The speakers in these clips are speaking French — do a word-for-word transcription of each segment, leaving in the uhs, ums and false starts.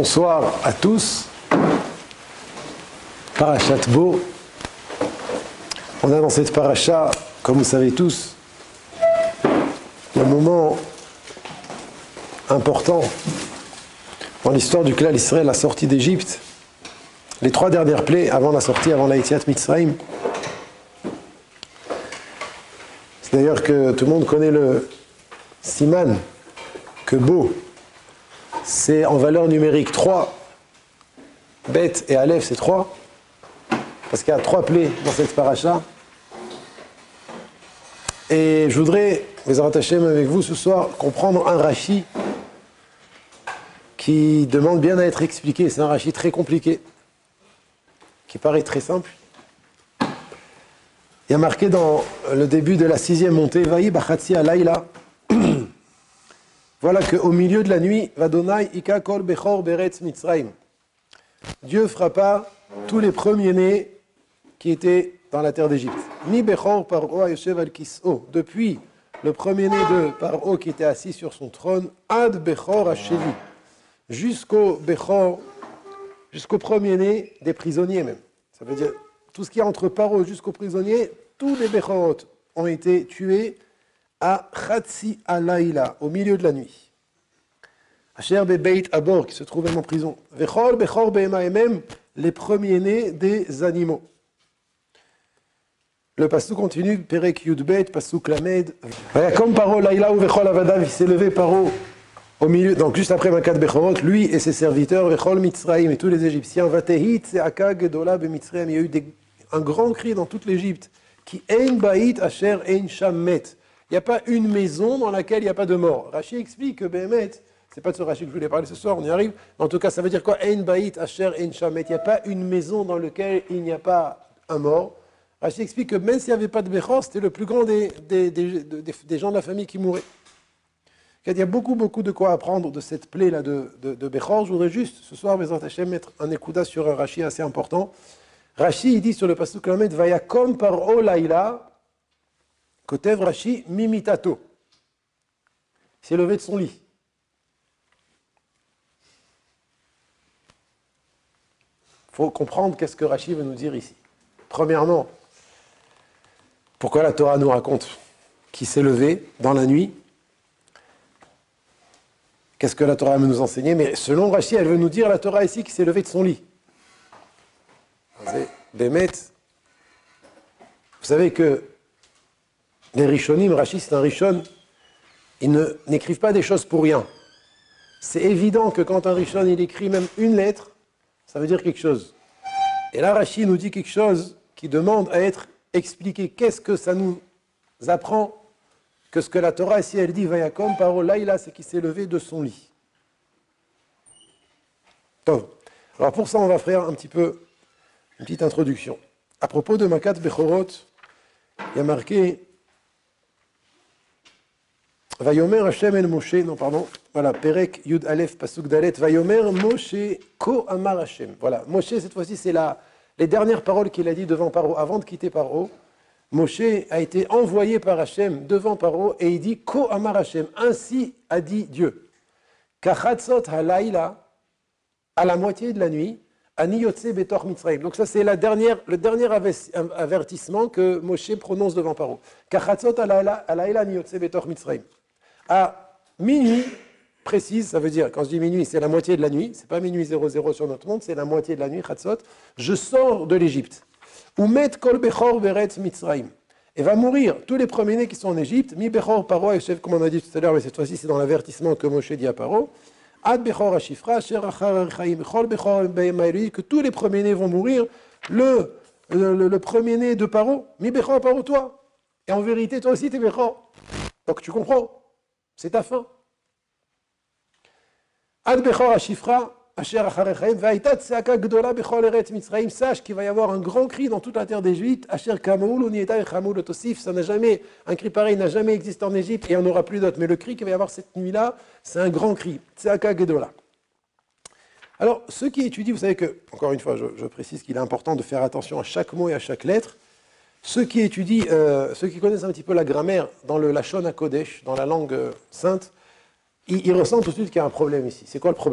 Bonsoir à tous. Parashat Bo. On a dans cette paracha, comme vous savez tous, le moment important dans l'histoire du clan d'Israël, la sortie d'Égypte. Les trois dernières plaies avant la sortie, avant la Yetziat Mitzrayim. C'est d'ailleurs que tout le monde connaît le Siman, que Bo, c'est en valeur numérique trois. Bet et Aleph, c'est trois. Parce qu'il y a trois plaies dans cette paracha. Et je voudrais, les rattacher avec vous ce soir, comprendre un Rashi qui demande bien à être expliqué. C'est un Rashi très compliqué, qui paraît très simple. Il y a marqué dans le début de la sixième montée, Vaï bachatzi alayla. Voilà qu'au milieu de la nuit, Vadonai ika kol bechor beretz Mitzrayim. Dieu frappa tous les premiers-nés qui étaient dans la terre d'Égypte. Mi bechor paro yoshev al kis'o. Depuis le premier-né de Paro qui était assis sur son trône, ad bechor hashevi. Jusqu'au bechor, jusqu'au premier-né des prisonniers même. Ça veut dire tout ce qui est entre Paro jusqu'aux prisonniers, tous les bechorot ont été tués à Chatzi Alayla, au milieu de la nuit. Asher Bebeit Abor, qui se trouve même en prison. Vechol Bechor Behema, et même les premiers-nés des animaux. Le pastou continue, Perek Yudbet, Pasuk Lamed. Comme Paro Laïla ou Vechol Avadav, il s'est levé Paro au milieu, donc juste après Makat Bechorot, lui et ses serviteurs, Vechol Mitzraïm et tous les Égyptiens, Vatehit, Seaka, Gedola, Bemitzraïm. Il y a eu des, un grand cri dans toute l'Égypte, qui Ein Baït Asher Ein Shamet. Il n'y a pas une maison dans laquelle il n'y a pas de mort. Rashi explique que Béhémet, c'est pas de ce Rashi que je voulais parler ce soir, on y arrive. En tout cas, ça veut dire quoi? Ein Baït Asher Ein Shamet. Il n'y a pas une maison dans laquelle il n'y a pas un mort. Rashi explique que même s'il n'y avait pas de Bechor, c'était le plus grand des, des, des, des, des gens de la famille qui mouraient. Il y a beaucoup, beaucoup de quoi apprendre de cette plaie-là de, de, de Bechor. Je voudrais juste, ce soir, Bezrat Hashem, mettre un écouda sur un Rashi assez important. Rashi, il dit sur le Pasuk Lamed, Vayakom Paro Laïla, Kotev Rashi Mimitato. Il s'est levé de son lit. Il faut comprendre qu'est-ce que Rashi veut nous dire ici. Premièrement, pourquoi la Torah nous raconte qu'il s'est levé dans la nuit? Qu'est-ce que la Torah veut nous enseigner? Mais selon Rashi, elle veut nous dire, la Torah ici, qu'il s'est levé de son lit. Bémet, vous savez que les Rishonim, Rashi c'est un Rishon, ils ne, n'écrivent pas des choses pour rien. C'est évident que quand un Rishon il écrit même une lettre, ça veut dire quelque chose. Et là Rashi nous dit quelque chose qui demande à être expliqué. Qu'est-ce que ça nous apprend? Que ce que la Torah ici elle dit, Vayakom Paro Laïla, c'est qu'il s'est levé de son lit. Donc, alors pour ça on va faire un petit peu une petite introduction. À propos de Makat Bechorot, il y a marqué Vayomer Hashem el Moshe, non pardon, voilà, Perek Yud Aleph Pasuk Dalet, Vayomer Moshe Ko Amar Hashem. Voilà, Moshe cette fois-ci c'est la, les dernières paroles qu'il a dit devant Paro, avant de quitter Paro. Moshe a été envoyé par Hashem devant Paro et il dit Ko Amar Hashem, ainsi a dit Dieu. Kachatzot halayla, à la moitié de la nuit, Ani Yotze Betor Mitzrayim. Donc ça c'est la dernière, le dernier avertissement que Moshe prononce devant Paro. Kachatzot halayla Ani Yotze Betor Mitzrayim. À minuit précise, ça veut dire, quand je dis minuit, c'est la moitié de la nuit, c'est pas minuit zéro zéro sur notre monde, c'est la moitié de la nuit, Chatzot, je sors de l'Égypte. Umet kol bechor beretz Mitzrayim. Et va mourir tous les premiers-nés qui sont en Égypte, mi bechor Paro, et chef, comme on a dit tout à l'heure, mais cette fois-ci c'est dans l'avertissement que Moshe dit à Paro, ad bechor hashifra, sher achar chaim, chol bechor be'emaïli, que tous les premiers-nés vont mourir, le, le, le, le premier-né de Paro, mi bechor Paro, toi. Et en vérité, toi aussi t'es bechor. Donc tu comprends. C'est ta fin. Ad bechor hashifra, asher achar chaim, va'ita tseaka gdola bechol eretz Mitzrayim. Sache qu'il va y avoir un grand cri dans toute la terre d'Égypte. Asher kamoul unieta echamoul otosif. Ça n'a jamais, un cri pareil n'a jamais existé en Égypte et il n'y en aura plus d'autres. Mais le cri qu'il va y avoir cette nuit-là, c'est un grand cri. Tseaka gdola. Alors, ceux qui étudient, vous savez que, encore une fois, je, je précise qu'il est important de faire attention à chaque mot et à chaque lettre. Ceux qui étudient, euh, ceux qui connaissent un petit peu la grammaire dans le Lachon HaKodesh, dans la langue euh, sainte, ils, ils ressentent tout de suite qu'il y a un problème ici. C'est quoi le problème?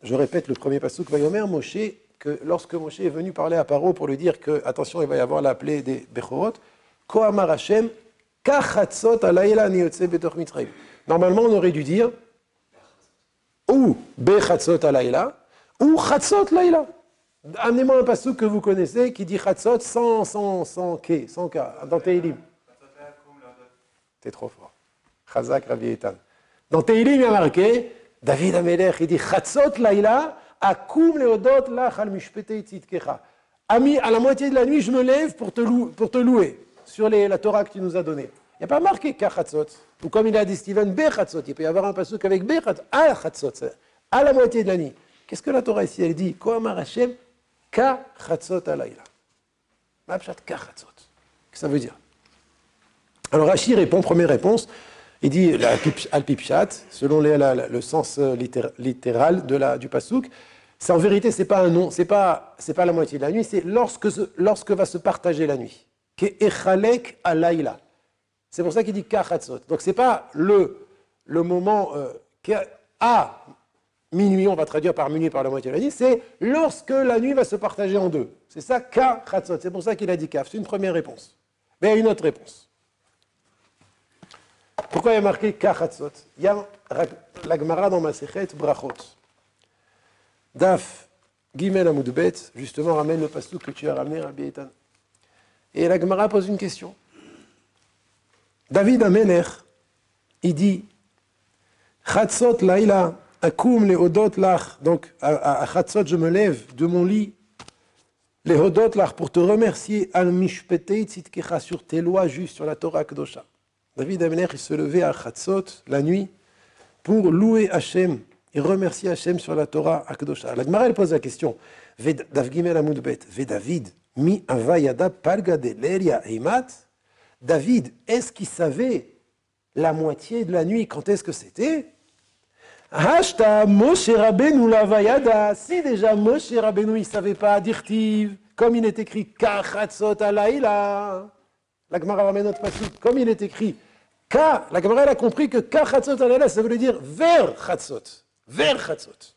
je répète le premier pasuk, Vayomer Moshe, que lorsque Moshe est venu parler à Paro pour lui dire que, attention, il va y avoir la plaie des Bechorot, Ko amar Hashem, kachatzot alayla ni yotze betoch Mitzrayim. Normalement, on aurait dû dire ou bechatzot alayla, ou chatzot layla. Amenez-moi un pasuk que vous connaissez qui dit chatzot sans, sans, sans K, sans K, dans Teilim. T'es trop fort. Chazak Rabbi Eitan. Dans Teilim, il y a marqué, David Amelech, il dit chatzot layla, akum leodot lach al mishpetei tzidkecha. Ami, à la moitié de la nuit, je me lève pour te, lou- pour te louer sur les, la Torah que tu nous as donnée. Il n'y a pas marqué kachatzot. Ou comme il a dit Steven, bechatzot. Il peut y avoir un pasuk avec bechatzot, à chatzot, à la moitié de la nuit. Qu'est-ce que la Torah ici, elle dit? Ko amar Hashem, kachatzot alayla. Mabshat kachatzot. Qu'est-ce que ça veut dire? Alors Rashi répond, première réponse, il dit al-pipshat, selon les, la, la, le sens littér, littéral de la, du pasuk, c'est en vérité, c'est pas un nom, c'est pas, c'est pas la moitié de la nuit, c'est lorsque, lorsque va se partager la nuit. Ke'echalek alayla. C'est pour ça qu'il dit kachatzot. Donc c'est pas le, le moment euh, à minuit, on va traduire par minuit par la moitié de la nuit, c'est lorsque la nuit va se partager en deux. C'est ça kachatzot. C'est pour ça qu'il a dit kaf. C'est une première réponse. Mais il y a une autre réponse. Pourquoi il y a marqué kachatzot? Il y a la Gemara dans Masechet Brachot. Daf Gimel Amoudbet, justement, ramène le pasuk que tu as ramené, Rabbi Eitan. Et la Gemara pose une question. David Amelech, il dit Chatzot laïla, akum le hodot lach. Donc, à Chatzot, je me lève de mon lit, les hodot lach, pour te remercier, al mishpetei tzidkecha, sur tes lois justes, sur la Torah Kedosha. David Amelech, il se levait à Chatzot, la nuit, pour louer Hachem et remercier Hachem sur la Torah Akdosha. La Gemara, elle pose la question. Dav Gimel Amoudbet, Ve David, mi avayada palga de leria eimat. David, est-ce qu'il savait la moitié de la nuit? Quand est-ce que c'était? Hashta Moshe Rabbeinu lavayada. Si déjà Moshe Rabbeinu, il ne savait pas, dirtiv, comme il est écrit, kachatzot alayla. La Gemara ramène notre pasuk, comme il est écrit, Ka, la Gemara, elle a compris que kachatzot alayla, ça veut dire vers chatzot. Vers chatzot.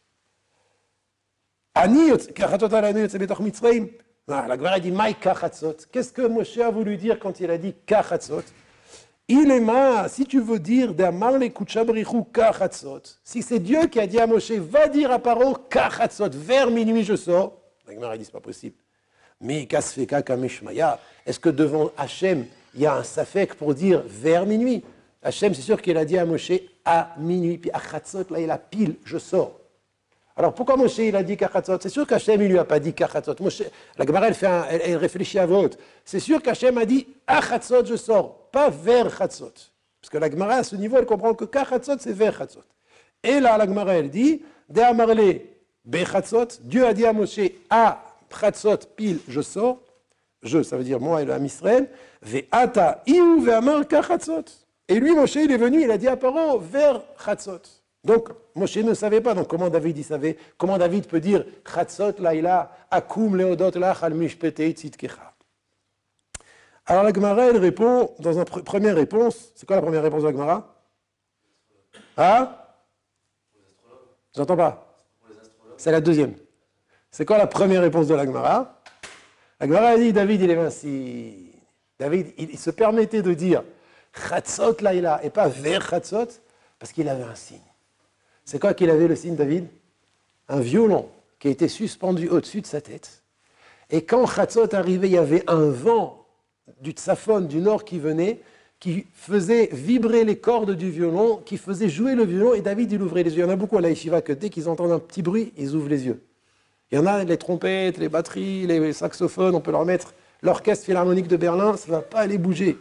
Ani, kachatzot alayla, yotze betoch Mitzrayim. La Gemara dit, maï kachatzot. Qu'est-ce que Moshe a voulu dire quand il a dit kachatzot? Il est ma, si tu veux dire, d'amar le kuchabrichu kachatzot, si c'est Dieu qui a dit à Moshe, va dire à Paro kachatzot, vers minuit je sors. La Gemara dit, c'est pas possible. Mais kasfeka kameshmaya, est-ce que devant Hachem, il y a un safek pour dire vers minuit? Hachem, c'est sûr qu'il a dit à Moshe à minuit, puis à Chatzot, là il a pile, je sors. Alors pourquoi Moshe il a dit Kachatzot? C'est sûr qu'Hachem il lui a pas dit Kachatzot. Moshe, la Gemara elle, fait un, elle, elle réfléchit à voix haute. C'est sûr qu'Hachem a dit à Chatzot je sors, pas vers Chatzot. Parce que la Gemara à ce niveau elle comprend que Kachatzot c'est vers Chatzot. Et là la Gemara elle dit de Amarle Bechatzot, Dieu a dit à Moshe à Chatzot pile je sors. Je, ça veut dire moi et le Ham Israël. Ve'ata iu ve'amar kachatzot. Et lui, Moshe, il est venu, il a dit à Paro vers Chatzot. Donc, Moshe ne savait pas. Donc, comment David, il savait? Comment David peut dire Chatzot laïla, akum leodot lach al mishpetei tzidkecha? Alors, la Gemara, elle répond, dans une pr- première réponse. C'est quoi la première réponse de la Gemara? Hein? J'entends pas. C'est la deuxième. C'est quoi la première réponse de la Gemara? La Gemara a dit, David, il est ainsi. David, il, il se permettait de dire Chatzot laïla et pas vers Chatzot parce qu'il avait un signe. C'est quoi qu'il avait le signe, David? Un violon qui était suspendu au-dessus de sa tête. Et quand Chatzot arrivait, il y avait un vent du Tsafon, du nord qui venait, qui faisait vibrer les cordes du violon, qui faisait jouer le violon, et David, il ouvrait les yeux. Il y en a beaucoup à la yeshiva que dès qu'ils entendent un petit bruit, ils ouvrent les yeux. Il y en a les trompettes, les batteries, les saxophones, on peut leur mettre l'orchestre philharmonique de Berlin, ça ne va pas aller bouger.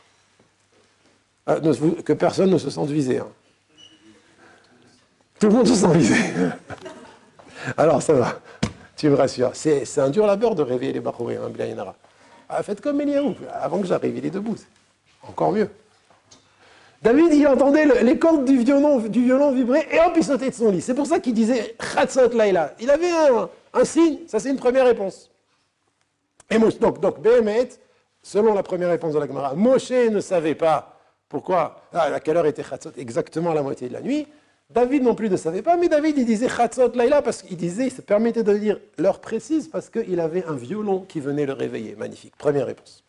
Ah, que personne ne se sente visé. Hein. Tout le monde se sent visé. Alors ça va, tu me rassures. C'est, c'est un dur labeur de réveiller les Bachouri, hein, Bilaïnara. Ah, faites comme Eliaou, avant que j'arrive, il est debout. Encore mieux. David, il entendait le, les cordes du violon, du violon vibrer et hop, il sautait de son lit. C'est pour ça qu'il disait Chatzot laïla. Il avait un, un signe, ça c'est une première réponse. Et Moshe, donc, donc Béhémet, selon la première réponse de la Gemara, Moshe ne savait pas pourquoi, ah, à quelle heure était Chatzot, exactement à la moitié de la nuit. David non plus ne savait pas, mais David il disait Chatzot Laïla parce qu'il disait, il se permettait de dire l'heure précise parce qu'il avait un violon qui venait le réveiller. Magnifique. Première réponse.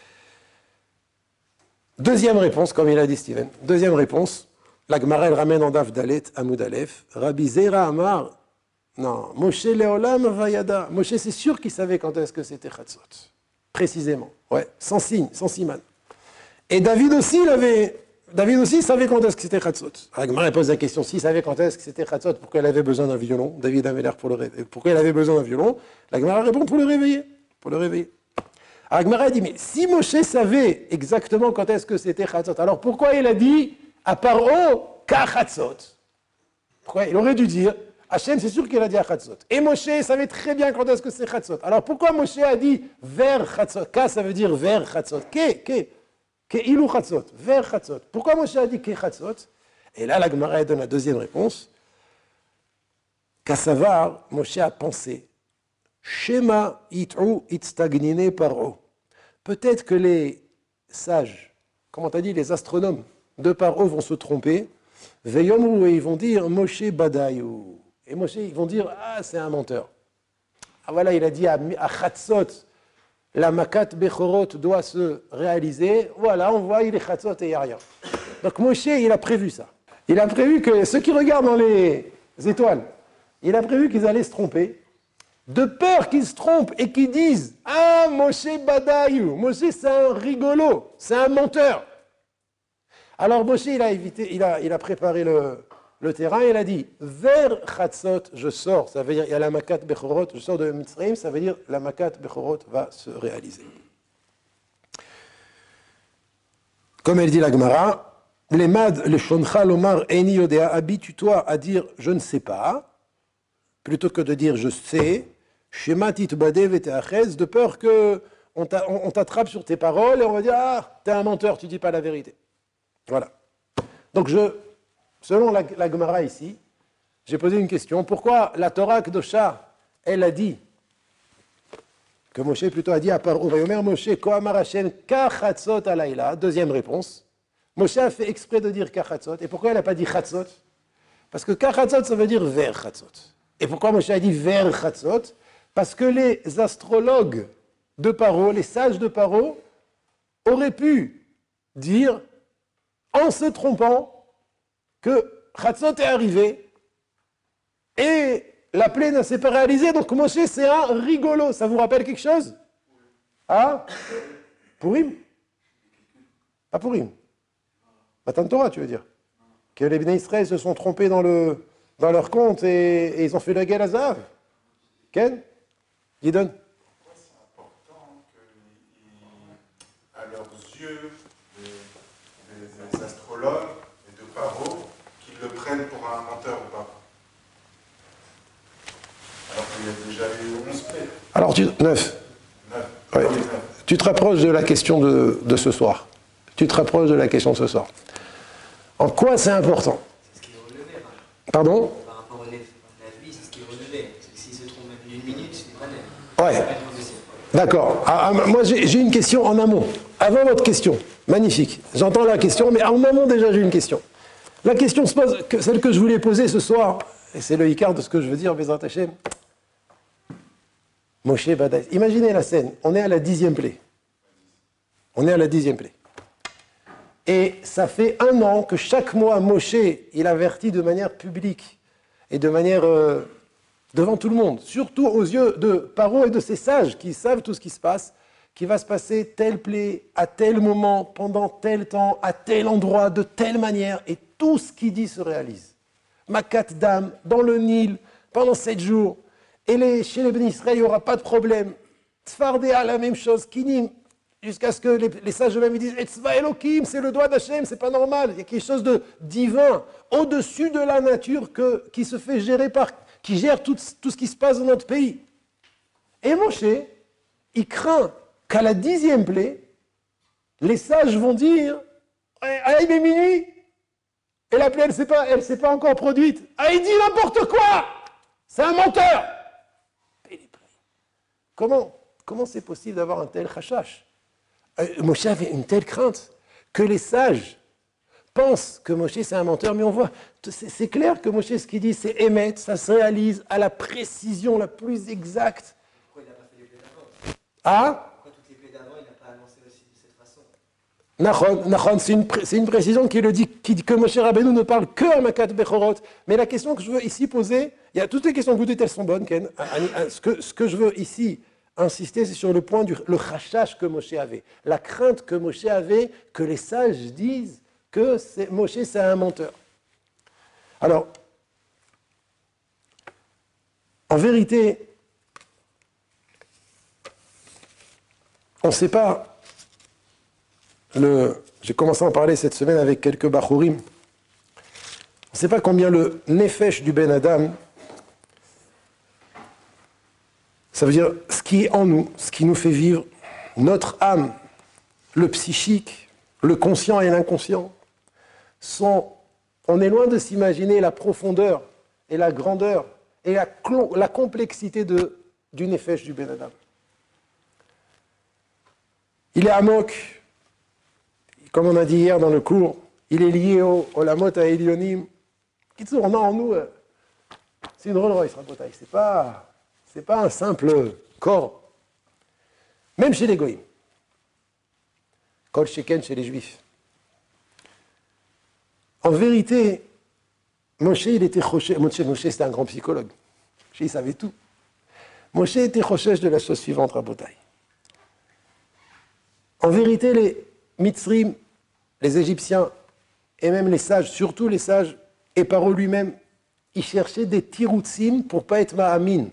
Deuxième réponse, comme il a dit Steven. Deuxième réponse, la Gemara elle ramène en Daf Dalet Amud Aleph. Rabbi Zera Amar, non, Moshe Leolam Vayada. Moshe c'est sûr qu'il savait quand est-ce que c'était Chatzot. Précisément, ouais, sans signe, sans siman. Et David aussi, il avait, David aussi savait quand est-ce que c'était Chatzot. Agmara pose la question, s'il savait quand est-ce que c'était Chatzot, pourquoi il avait besoin d'un violon? David avait l'air pour le réveiller. Pourquoi il avait besoin d'un violon? L'Agmara répond pour le réveiller. Pour le réveiller. Agmara dit, mais si Moshe savait exactement quand est-ce que c'était Chatzot, alors pourquoi il a dit à Paro, ka Chatzot? Pourquoi? Il aurait dû dire, Hachem, c'est sûr qu'il a dit à Chatzot. Et Moshe savait très bien quand est-ce que c'est Chatzot. Alors pourquoi Moshe a dit vers Chatzot? Ka, ça veut dire vers Chatzot. Ke, ke, ke ilou Chatzot, vers Chatzot. Pourquoi Moshe a dit ke Chatzot? Et là, la Gemara donne la deuxième réponse. Kassavar, Moshe a pensé. Shema it'u itstagnine paro. Peut-être que les sages, comment t'as dit, les astronomes de Paro vont se tromper. Veyomru, et ils vont dire Moshe badayou. Et Moshe, ils vont dire, ah, c'est un menteur. Ah voilà, il a dit à, à Chatzot, la Makat Bechorot doit se réaliser. Voilà, on voit, il est Chatzot et il n'y a rien. Donc Moshe, il a prévu ça. Il a prévu que ceux qui regardent dans les étoiles, il a prévu qu'ils allaient se tromper. De peur qu'ils se trompent et qu'ils disent, ah, Moshe Badayou. Moshe, c'est un rigolo, c'est un menteur. Alors Moshe, il a, évité, il a, il a préparé le... le terrain, il a dit, vers Chatzot, je sors, ça veut dire, il y a la Makat Bechorot, je sors de Mitzrayim, ça veut dire, la Makat Bechorot va se réaliser. Comme elle dit la Gemara, les mad, les shoncha lomar eni yodea, habitue-toi à dire, je ne sais pas, plutôt que de dire, je sais, shematit badev et te'achez, de peur qu'on on t'attrape sur tes paroles et on va dire, ah, t'es un menteur, tu dis pas la vérité. Voilà. Donc je... Selon la, la Gemara ici, j'ai posé une question. Pourquoi la Torah Kedosha, elle a dit, que Moshe plutôt a dit à Paro, Vayomer Moshe, Kohamar Hashem, Kachatzot alayla. Deuxième réponse. Moshe a fait exprès de dire Kachatzot. Et pourquoi elle n'a pas dit Chatzot? Parce que Kachatzot, ça veut dire vers Chatzot. Et pourquoi Moshe a dit vers Chatzot? Parce que les astrologues de Paro, les sages de Paro, auraient pu dire, en se trompant, que Chatzot est arrivé et la plaie ne s'est pas réalisée, donc Moshe c'est un rigolo. Ça vous rappelle quelque chose? Ah? Purim? Pas Purim. Matan Torah, tu veux dire? Que les Bnei Israël se sont trompés dans, le, dans leur compte et, et ils ont fait la guerre à Zahav. Ken? Gidon? Pourquoi c'est important que, à leurs yeux, les, les astrologues et de Paro, le prennent pour un menteur ou pas? Alors qu'il y a déjà eu onze plaies. Alors, tu... neuf. neuf. Ouais. neuf. Tu te rapproches de la question de, de ce soir. Tu te rapproches de la question de ce soir. En quoi c'est important? C'est ce qui est relevé. Hein. Pardon? Par rapport au la vie, c'est ce qui est relevé. S'il se trompe même d'une minute, c'est pas net. Ouais. D'accord. Ah, ah, moi, j'ai, j'ai une question en amont. Avant votre question. Magnifique. J'entends la question, mais en amont, déjà, j'ai une question. La question se pose, que, celle que je voulais poser ce soir, et c'est le Icar de ce que je veux dire, Bezrat Hashem. Moshe Badaï. Imaginez la scène, on est à la dixième plaie. On est à la dixième plaie. Et ça fait un an que chaque mois, Moshe, il avertit de manière publique et de manière euh, devant tout le monde, surtout aux yeux de Paro et de ses sages qui savent tout ce qui se passe, qu'il va se passer telle plaie à tel moment, pendant tel temps, à tel endroit, de telle manière, et tout ce qu'il dit se réalise. Makat Dam, dans le Nil, pendant sept jours. Et les, chez les Bnei Israël, il n'y aura pas de problème. Tzfardéa, la même chose. Kinim, jusqu'à ce que les, les sages eux-mêmes disent Etzva Elohim, c'est le doigt d'Hachem, c'est pas normal. Il y a quelque chose de divin, au-dessus de la nature, que, qui se fait gérer par, qui gère tout, tout ce qui se passe dans notre pays. Et Moshe, il craint qu'à la dixième plaie, les sages vont dire ah, il est minuit, et la plaie, elle ne s'est pas, elle s'est pas encore produite. Ah, il dit n'importe quoi. C'est un menteur. Comment, comment c'est possible d'avoir un tel chachash? euh, Moshe avait une telle crainte que les sages, pense que Moshe c'est un menteur, mais on voit, c'est clair que Moshe, ce qu'il dit, c'est émettre, ça se réalise à la précision la plus exacte. Pourquoi il n'a pas fait les plaies d'avant? Ah Pourquoi toutes les plaies d'avant, il n'a pas annoncé aussi de cette façon? Nachon, Nachon, c'est une, c'est une précision qui le dit, qui dit que Moshe Rabbeinu ne parle que à Makat Bechorot. Mais la question que je veux ici poser, il y a toutes les questions que vous dites, elles sont bonnes, Ken. Ce que, ce que je veux ici insister, c'est sur le point du le chachash que Moshe avait, la crainte que Moshe avait que les sages disent que c'est, Moshe c'est un menteur. Alors, en vérité, on ne sait pas. Le, j'ai commencé à en parler cette semaine avec quelques bachourim. On ne sait pas combien le nefesh du Ben Adam, ça veut dire ce qui est en nous, ce qui nous fait vivre, notre âme, le psychique, le conscient et l'inconscient, sont, on est loin de s'imaginer la profondeur et la grandeur et la, la complexité de, du nefesh du Ben Adam. Il est amok. Comme on a dit hier dans le cours, il est lié au Olamot à Elionim. Kitsour, on a en nous, c'est une Rolls Royce, Rabotai. C'est pas, c'est pas un simple corps. Même chez les Goïms. Kol Sheken chez les Juifs. En vérité, Moshe, il était Choshesh. Moshe, Moshe c'était un grand psychologue. Moshe, il savait tout. Moshe était Choshesh de la chose suivante, Rabotai. En vérité, les Mitzrim, les Égyptiens, et même les sages, surtout les sages, et Paro lui-même, ils cherchaient des tiroutsim pour ne pas être ma'amin.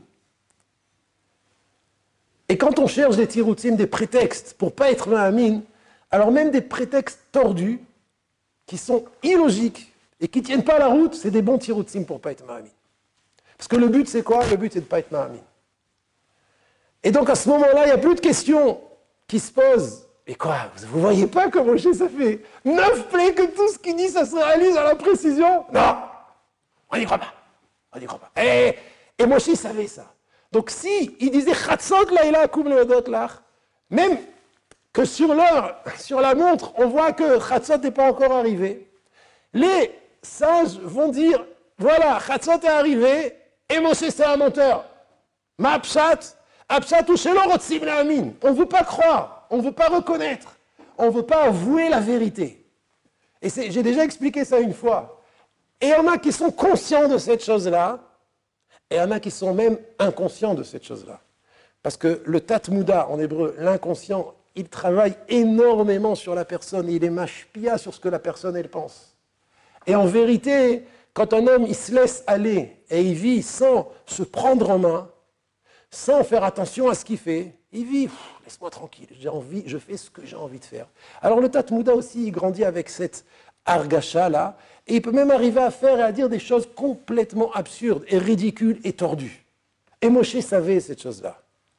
Et quand on cherche des tiroutsim, des prétextes pour ne pas être ma'amin, alors même des prétextes tordus, qui sont illogiques et qui ne tiennent pas la route, c'est des bons tiroutsim pour ne pas être ma'amin. Parce que le but, c'est quoi? Le but, c'est de ne pas être ma'amin. Et donc, à ce moment-là, il n'y a plus de questions qui se posent. Et quoi? Vous ne voyez pas que Moshe, ça fait neuf plaies que tout ce qu'il dit, ça se réalise à la précision? Non, on n'y croit pas. On n'y croit pas. Et, et Moshe, il savait ça. Donc si il disait Chatzot laïla koum leodot lach, même que sur l'heure, sur la montre, on voit que Chatzot n'est pas encore arrivé, les sages vont dire, voilà, Chatzot est arrivé, et Moshe, c'est un menteur. Ma pshat, apshat ou shelo rotzim la'amin. On ne veut pas croire. On ne veut pas reconnaître, on ne veut pas avouer la vérité. Et c'est, j'ai déjà expliqué ça une fois. Et il y en a qui sont conscients de cette chose-là, et il y en a qui sont même inconscients de cette chose-là. Parce que le tatmouda, en hébreu, l'inconscient, il travaille énormément sur la personne, il est mashpia sur ce que la personne, elle pense. Et en vérité, quand un homme, il se laisse aller, et il vit sans se prendre en main, sans faire attention à ce qu'il fait, il vit, laisse-moi tranquille, j'ai envie, je fais ce que j'ai envie de faire. Alors le Tatmouda aussi, il grandit avec cette argacha-là, et il peut même arriver à faire et à dire des choses complètement absurdes et ridicules et tordues. Et Moshe savait cette chose-là.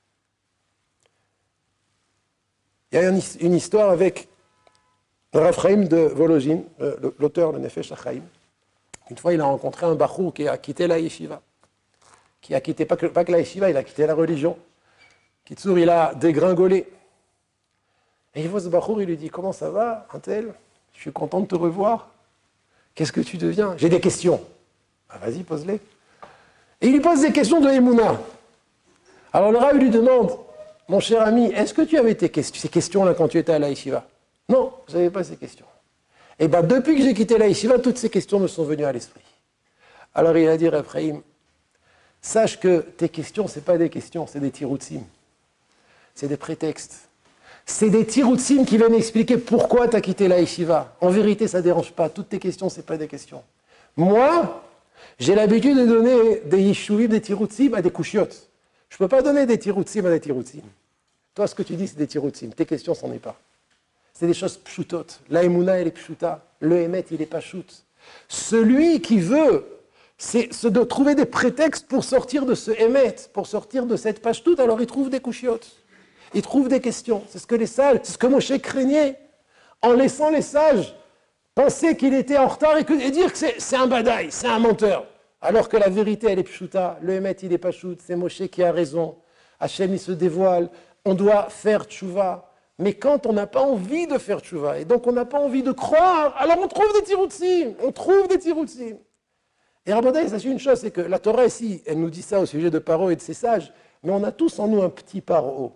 Il y a une histoire avec Rav Chaim de Volojine, l'auteur de Nefesh HaChaim. Une fois, il a rencontré un bachou qui a quitté la yeshiva, qui a quitté pas que, pas que la yeshiva, il a quitté la religion. Kitsour, il a dégringolé. Et il voit ce bachour, il lui dit, comment ça va, un tel? Je suis content de te revoir. Qu'est-ce que tu deviens? J'ai des questions. Ah, vas-y, pose-les. Et il lui pose des questions de Emouna. Alors le Rav lui demande, mon cher ami, est-ce que tu avais tes questions, ces questions-là quand tu étais à la yeshiva? Non, je n'avais pas ces questions. Et bien, depuis que j'ai quitté la yeshiva, toutes ces questions me sont venues à l'esprit. Alors il a dit, Rav Chaim, sache que tes questions, ce n'est pas des questions, c'est des tiroutsim. C'est des prétextes. C'est des tiroutsim qui viennent expliquer pourquoi tu as quitté la yeshiva. En vérité, ça ne dérange pas. Toutes tes questions, ce n'est pas des questions. Moi, j'ai l'habitude de donner des yeshuvim, des tiroutsim à des kouchiotes. Je ne peux pas donner des tiroutsim à des tiroutsim. Toi, ce que tu dis, c'est des tiroutsim. Tes questions, c'en est pas. C'est des choses pshutot. La emuna, elle est pshuta. Le emet, il est pas shoot. Celui qui veut, c'est de trouver des prétextes pour sortir de ce emet, pour sortir de cette pashtout, alors il trouve des kouchiotes. Il trouve des questions. C'est ce que les sages, c'est ce que Moshe craignait, en laissant les sages penser qu'il était en retard et, que, et dire que c'est un badaï, c'est un menteur. Alors que la vérité, elle est pshuta. Le emet, il est pas shoot. C'est Moshe qui a raison. Hachem, il se dévoile. On doit faire tchouva. Mais quand on n'a pas envie de faire tchouva, et donc on n'a pas envie de croire, alors on trouve des tiroutsim, on trouve des tiroutsim. Et Rabodai, sachez une chose, c'est que la Torah ici, elle nous dit ça au sujet de Paro et de ses sages, mais on a tous en nous un petit Paro.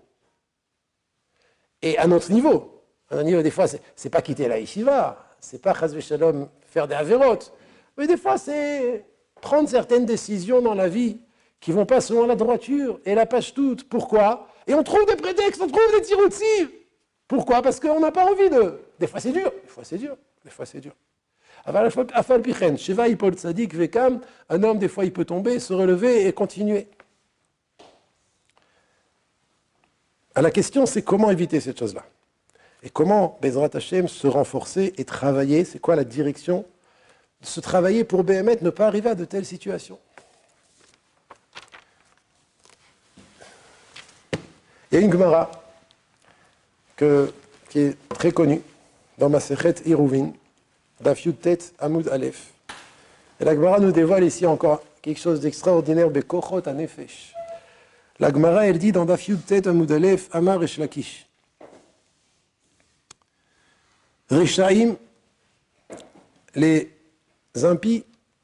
Et à notre niveau, à notre niveau, des fois, c'est, c'est pas quitter la yeshiva, c'est pas chas v'shalom faire des avérotes, mais des fois, c'est prendre certaines décisions dans la vie qui vont pas selon la droiture et la page toute. Pourquoi? Et on trouve des prétextes, on trouve des tiroutsim. Pourquoi? Parce qu'on n'a pas envie de... Des fois, c'est dur, des fois, c'est dur, des fois, c'est dur. Un homme, des fois, il peut tomber, se relever et continuer. La question, c'est comment éviter cette chose-là? Et comment, Bezrat Hashem, se renforcer et travailler? C'est quoi la direction? Se travailler pour B M T, ne pas arriver à de telles situations. Il y a une Gemara que, qui est très connue dans Masechet Iruvin, Daf Yud Tet Amud Aleph. Et la Gemara nous dévoile ici encore quelque chose d'extraordinaire, Bekochot Anefesh. La Gemara, elle dit dans Daf Yud Tet Amud Aleph, Amar Resh Lakish. Reshaim, les impies,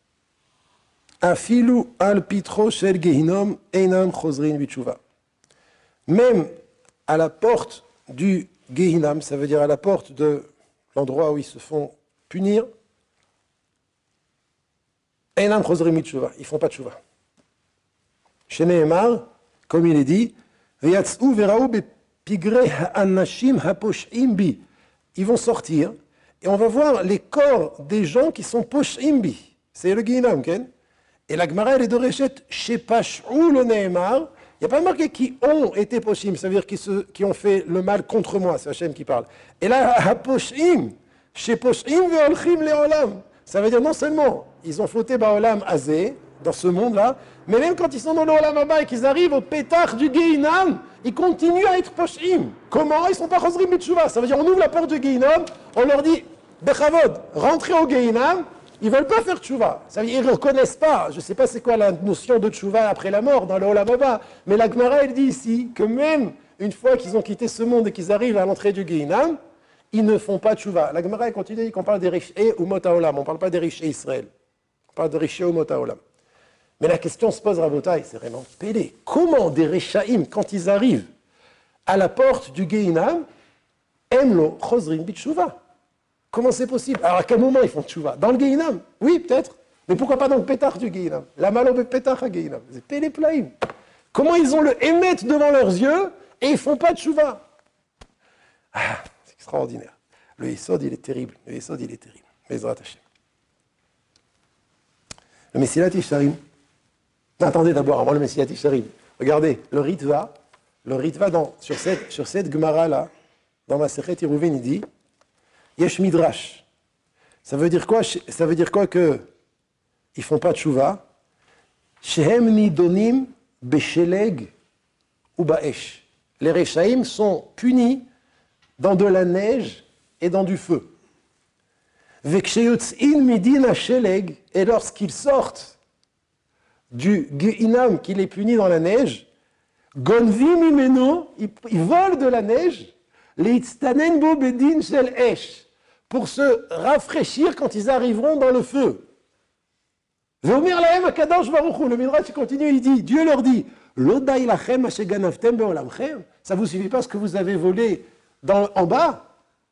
Afilu al pitro shel gehinom einam chozrin bitshuva. Même à la porte du Gehinam, ça veut dire à la porte de l'endroit où ils se font punir, Einam chozrim bitshuva, ils ne font pas de tshuva. Chez Nehemar, comme il est dit, Veyatzou veraou bepigre ha'anashim haposh'im bi. Ils vont sortir et on va voir les corps des gens qui sont posh'im bi. C'est le Gehinam, ken? Et la Gemara, elle est de Réchet, Shepash'ou le Nehemar. Il n'y a pas marqué qui ont été poshim, ça veut dire qui, se, qui ont fait le mal contre moi, c'est Hachem qui parle. Et là, haposhim, chez poshim ve'olchim le'olam. Ça veut dire non seulement ils ont fauté ba'olam azé, dans ce monde-là, mais même quand ils sont dans l'olam haba et qu'ils arrivent au pétard du Gehinam, ils continuent à être poshim. Comment? Ils ne sont pas chozrim b'tshuva. Ça veut dire on ouvre la porte du Gehinam, on leur dit, bechavod, rentrez au Gehinam. Ils ne veulent pas faire tchouva. Ça veut dire qu'ils ne reconnaissent pas. Je ne sais pas c'est quoi la notion de tchouva après la mort dans le Olam Haba. Mais la Gemara, elle dit ici que même une fois qu'ils ont quitté ce monde et qu'ils arrivent à l'entrée du Gehinam, ils ne font pas tchouva. La Gemara, elle continue qu'on parle des Rishé ou Motaolam. On ne parle pas des Rishé Israël. On parle de Rishé ou Motaolam. Mais la question se pose, Rabotai, c'est vraiment pélé. Comment des Rishaïm, quand ils arrivent à la porte du Gehinam, Emlo Chozrin Bitshuva? Comment c'est possible? Alors à quel moment ils font tchouva? Dans le Gehinam? Oui, peut-être. Mais pourquoi pas dans le pétard du Gehinam? La malobe pétard à Gehinam. C'est pélé plaïm. Comment ils ont le émet devant leurs yeux et ils ne font pas tchouva? Ah, c'est extraordinaire. Le Yesod, il est terrible. Le Yesod, il est terrible. Bezrat Hashem. Le Messilat Yisharim. Non, attendez d'abord, avant le Messilat Yisharim. Regardez, le Ritva, le Ritva dans, sur cette, sur cette Gemara-là, dans Masechet Iruvin, il dit Yesh Midrash. Ça veut dire quoi? Ça veut dire quoi que ils font pas de tchouva? Shehem nidonim besheleg ou ba'esh. Les Rechaïm sont punis dans de la neige et dans du feu. Veksheyotzin midin hasheleg, et lorsqu'ils sortent du Gehinam qui les punit dans la neige, gonvim imeno, ils volent de la neige, leitztanen bo bedin shel esh, pour se rafraîchir quand ils arriveront dans le feu. Le Midrash continue, il dit, Dieu leur dit, ça vous suffit pas ce que vous avez volé dans, en bas?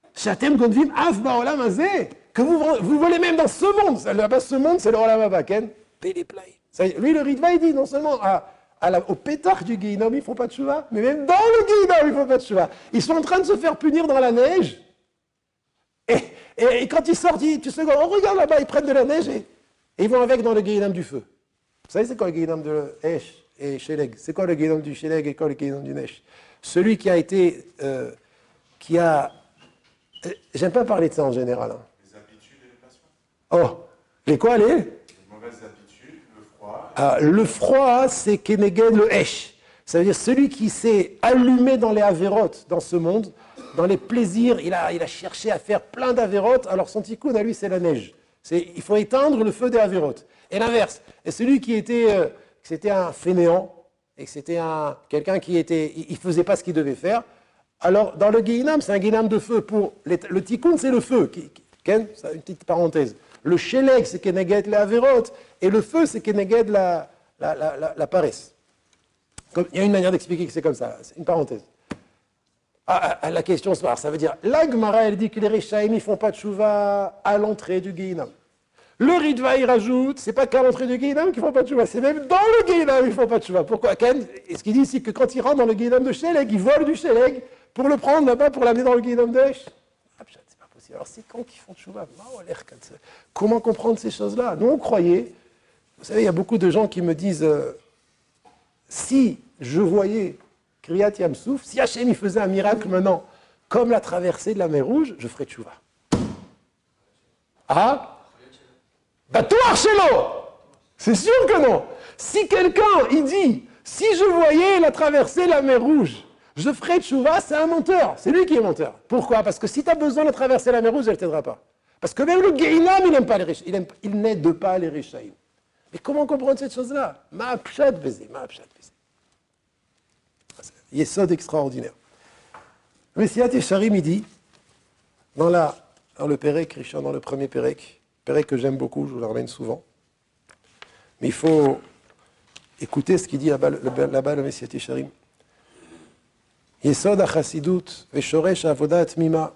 Que vous, vous volez même dans ce monde. Là-bas, ce monde, c'est le Olam Haba. Lui, le Ritva, il dit, non seulement à, à la, au pétard du Gehinam, ils ne font pas de tchouva, mais même dans le Gehinam, ils ne font pas de tchouva. Ils sont en train de se faire punir dans la neige. Et, et, et quand ils sortent, ils, tu sais, on regarde là-bas, ils prennent de la neige et, et ils vont avec dans le Gehinam du feu. Vous savez, c'est quoi le Gehinam de Esh et Sheleg? C'est quoi le Gehinam du Sheleg et quoi le Gehinam du Nesh? Celui qui a été, euh, qui a... Euh, j'aime pas parler de ça en général. Hein. Les habitudes et les passions. Oh, les quoi, les? Les mauvaises habitudes, le froid. Ah, le froid, c'est Keneged le Esh. Ça veut dire celui qui s'est allumé dans les avérotes dans ce monde, dans les plaisirs, il a, il a cherché à faire plein d'avérotes, alors son tikkun à lui, c'est la neige. C'est, il faut éteindre le feu des avérotes. Et l'inverse. Et celui qui était, euh, c'était un fainéant, et que c'était un, quelqu'un qui était, il ne faisait pas ce qu'il devait faire, alors dans le Guéhinam, c'est un Guéhinam de feu. Pour les, le Tikkun, c'est le feu. Qui, qui, Ken, ça, une petite parenthèse. Le Sheleg, c'est Keneged la Averot, et le feu, c'est Keneged la, la, la, la, la paresse. Comme, il y a une manière d'expliquer que c'est comme ça, c'est une parenthèse. Ah, ah, la question se passe, ça veut dire, la Gemara, elle dit que les Rechaim, ils ne font pas de Tchouva à l'entrée du Guéhinam. Le Ritva, il rajoute, c'est pas qu'à l'entrée du Guéhinam qu'ils ne font pas de Tchouva, c'est même dans le Guéhinam ils ne font pas de Tchouva. Pourquoi Ken, et ce qu'il dit ici, que quand ils rentrent dans le Guéhinam de Sheleg, ils volent du Sheleg pour le prendre là-bas, pour l'amener dans le Guéhinam de Hesh. Ah, c'est pas possible. Alors c'est quand qu'ils font de Tchouva? Comment comprendre ces choses-là? Nous, on croyait, vous savez, il y a beaucoup de gens qui me disent, euh, si je voyais Kriyat Yamsouf, si Hachem il faisait un miracle maintenant, comme la traversée de la mer Rouge, je ferais tchouva. Ah? Bah toi, Archelo! C'est sûr que non. Si quelqu'un, il dit, si je voyais la traversée de la mer Rouge, je ferais tchouva, c'est un menteur. C'est lui qui est menteur. Pourquoi? Parce que si tu as besoin de traverser la mer Rouge, elle ne t'aidera pas. Parce que même le Guéhinam, il n'aime pas les Rechaim. Il, il n'aide pas les Rechaim. Mais comment comprendre cette chose-là? Ma pshat baiser, ma pshat baiser. Yesod extraordinaire. Messiat Yesharim, il dit, dans, la, dans le Pérec, Richard, dans le premier Pérec, Pérec que j'aime beaucoup, je vous le ramène souvent, mais il faut écouter ce qu'il dit là-bas, là-bas le Messiat Yesharim. Yesod ha-chassidut veshoresh avodat mima,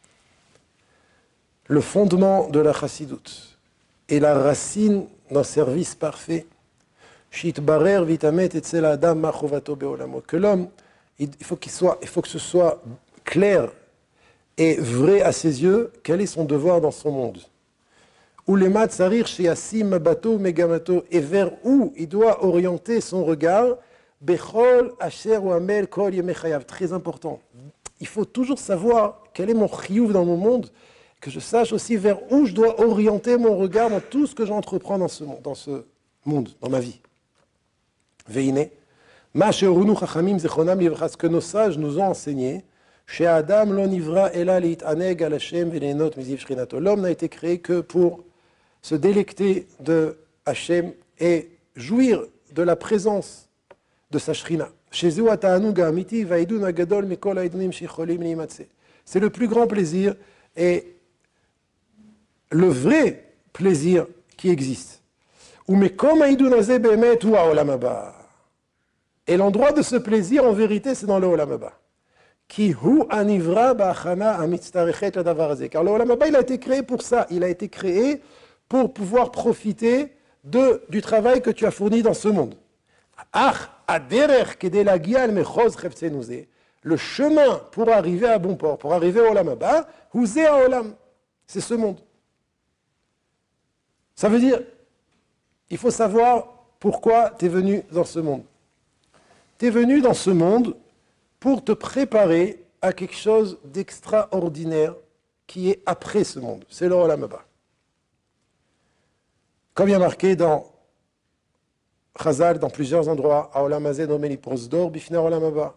le fondement de la chassidut et la racine d'un service parfait, shitbarer vitamet etzel adam ma chovato beolamo, que l'homme il faut, qu'il soit, il faut que ce soit clair et vrai à ses yeux quel est son devoir dans son monde. Ulemat sarir sheyasim mabato megamato, et vers où il doit orienter son regard. Bechol asher ou amel kol yemei chayav. Très important. Il faut toujours savoir quel est mon chiyuv dans mon monde, que je sache aussi vers où je dois orienter mon regard dans tout ce que j'entreprends dans ce monde, dans ce monde, dans ma vie. Veine. Ce que nos sages nous ont enseigné, l'homme n'a été créé que pour se délecter de Hachem et jouir de la présence de sa Shrina. C'est le plus grand plaisir et le vrai plaisir qui existe. Et l'endroit de ce plaisir, en vérité, c'est dans le Olam Haba. Car le Olam Haba, il a été créé pour ça. Il a été créé pour pouvoir profiter de, du travail que tu as fourni dans ce monde. Le chemin pour arriver à bon port, pour arriver au Olam Haba, c'est ce monde. Ça veut dire, il faut savoir pourquoi tu es venu dans ce monde. Tu es venu dans ce monde pour te préparer à quelque chose d'extraordinaire qui est après ce monde. C'est le Olam Haba. Comme il y a marqué dans Chazal, dans plusieurs endroits, Olam Hazeh nomeli prosdor bifnei Olam Haba.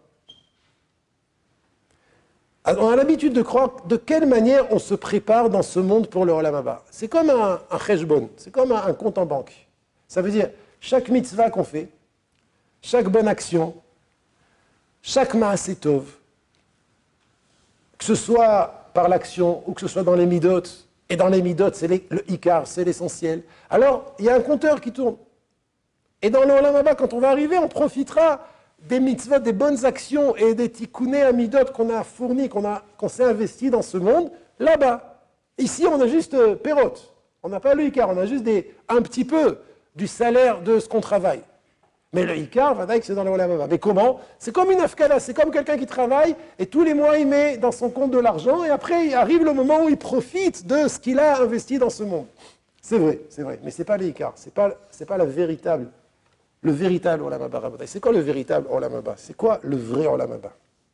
On a l'habitude de croire de quelle manière on se prépare dans ce monde pour le Olam Haba. C'est comme un, un cheshbon, c'est comme un, un compte en banque. Ça veut dire, chaque mitzvah qu'on fait, chaque bonne action, chaque ma'aseh tov, que ce soit par l'action ou que ce soit dans les midot, et dans les midot, c'est les, le ikar, c'est l'essentiel. Alors, il y a un compteur qui tourne. Et dans le Olam Haba, quand on va arriver, on profitera des mitzvot, des bonnes actions et des tikkuné à midot qu'on a fournis, qu'on a, qu'on s'est investi dans ce monde, là-bas. Ici, on a juste euh, perot. On n'a pas le ikar, on a juste des, un petit peu du salaire de ce qu'on travaille. Mais le ikar, vadaïk, c'est dans le Olam Haba. Mais comment? C'est comme une afkala, c'est comme quelqu'un qui travaille et tous les mois il met dans son compte de l'argent et après il arrive le moment où il profite de ce qu'il a investi dans ce monde. C'est vrai, c'est vrai, mais c'est pas le ikar, c'est pas, c'est pas la véritable, le véritable Olam Haba. C'est quoi le véritable Olam Haba? C'est quoi le vrai Olam Haba?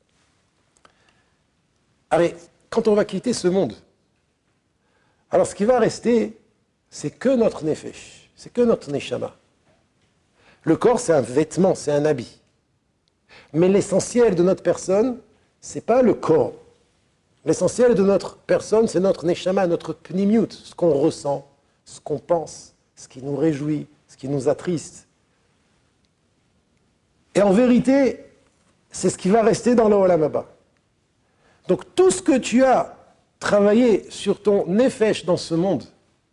Allez, quand on va quitter ce monde, alors ce qui va rester, c'est que notre nefesh, c'est que notre neshama. Le corps, c'est un vêtement, c'est un habit. Mais l'essentiel de notre personne, ce n'est pas le corps. L'essentiel de notre personne, c'est notre neshama, notre pnimiut, ce qu'on ressent, ce qu'on pense, ce qui nous réjouit, ce qui nous attriste. Et en vérité, c'est ce qui va rester dans le Olam Haba. Donc tout ce que tu as travaillé sur ton nefesh dans ce monde,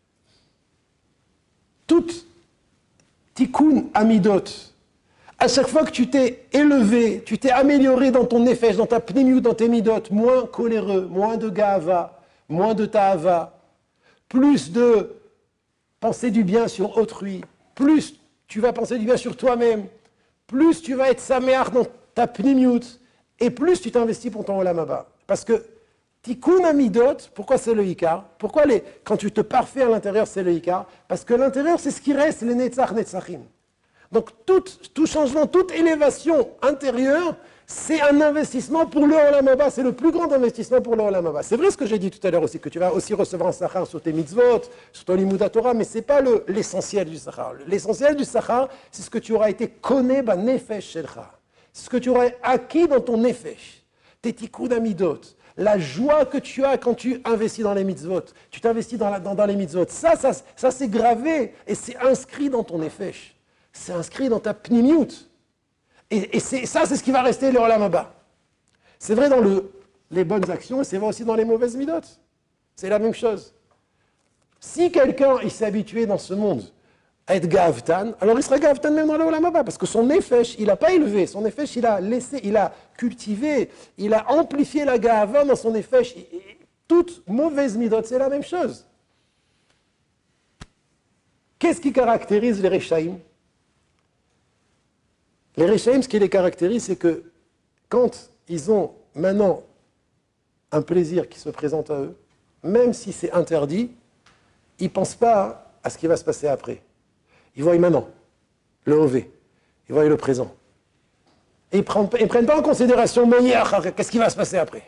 toute tikkun amidot, à chaque fois que tu t'es élevé, tu t'es amélioré dans ton nefesh, dans ta pnimiut, dans tes midot, moins coléreux, moins de gava, moins de ta'ava, plus de penser du bien sur autrui, plus tu vas penser du bien sur toi-même, plus tu vas être saméach dans ta pnimiut, et plus tu t'investis pour ton olam haba. Parce que tikkun amidot, pourquoi c'est le ikar? Pourquoi les, quand tu te parfais à l'intérieur, c'est le ikar? Parce que l'intérieur, c'est ce qui reste, les netzach netzachim. Donc tout, tout changement, toute élévation intérieure, c'est un investissement pour le olam haba. C'est le plus grand investissement pour le olam haba. C'est vrai ce que j'ai dit tout à l'heure aussi, que tu vas aussi recevoir un sachar sur tes mitzvot, sur ton limud Torah, mais ce n'est pas le, l'essentiel du sachar. L'essentiel du sachar, c'est ce que tu auras été konné ba nefesh shelcha. C'est ce que tu auras acquis dans ton nefesh. Tes tikkun amidot. La joie que tu as quand tu investis dans les mitzvot. Tu t'investis dans, la, dans, dans les mitzvot. Ça, ça, ça c'est gravé et c'est inscrit dans ton nefesh. C'est inscrit dans ta pnimiut. Et, et c'est, ça, c'est ce qui va rester le olam haba. C'est vrai dans le, les bonnes actions et c'est vrai aussi dans les mauvaises midot. C'est la même chose. Si quelqu'un il s'est habitué dans ce monde à être gavtan, alors il sera gavtan même dans le olam haba, parce que son nefesh, il n'a pas élevé, son nefesh, il a laissé, il a cultivé, il a amplifié la gava dans son nefesh. Et, et, toute mauvaise midot, c'est la même chose. Qu'est-ce qui caractérise les Rechaïm? Les Rechaïm, ce qui les caractérise, c'est que quand ils ont maintenant un plaisir qui se présente à eux, même si c'est interdit, ils ne pensent pas à ce qui va se passer après. Ils voient maintenant le hové, ils voient le présent. Et ils ne prennent, prennent pas en considération, mais qu'est-ce qui va se passer après?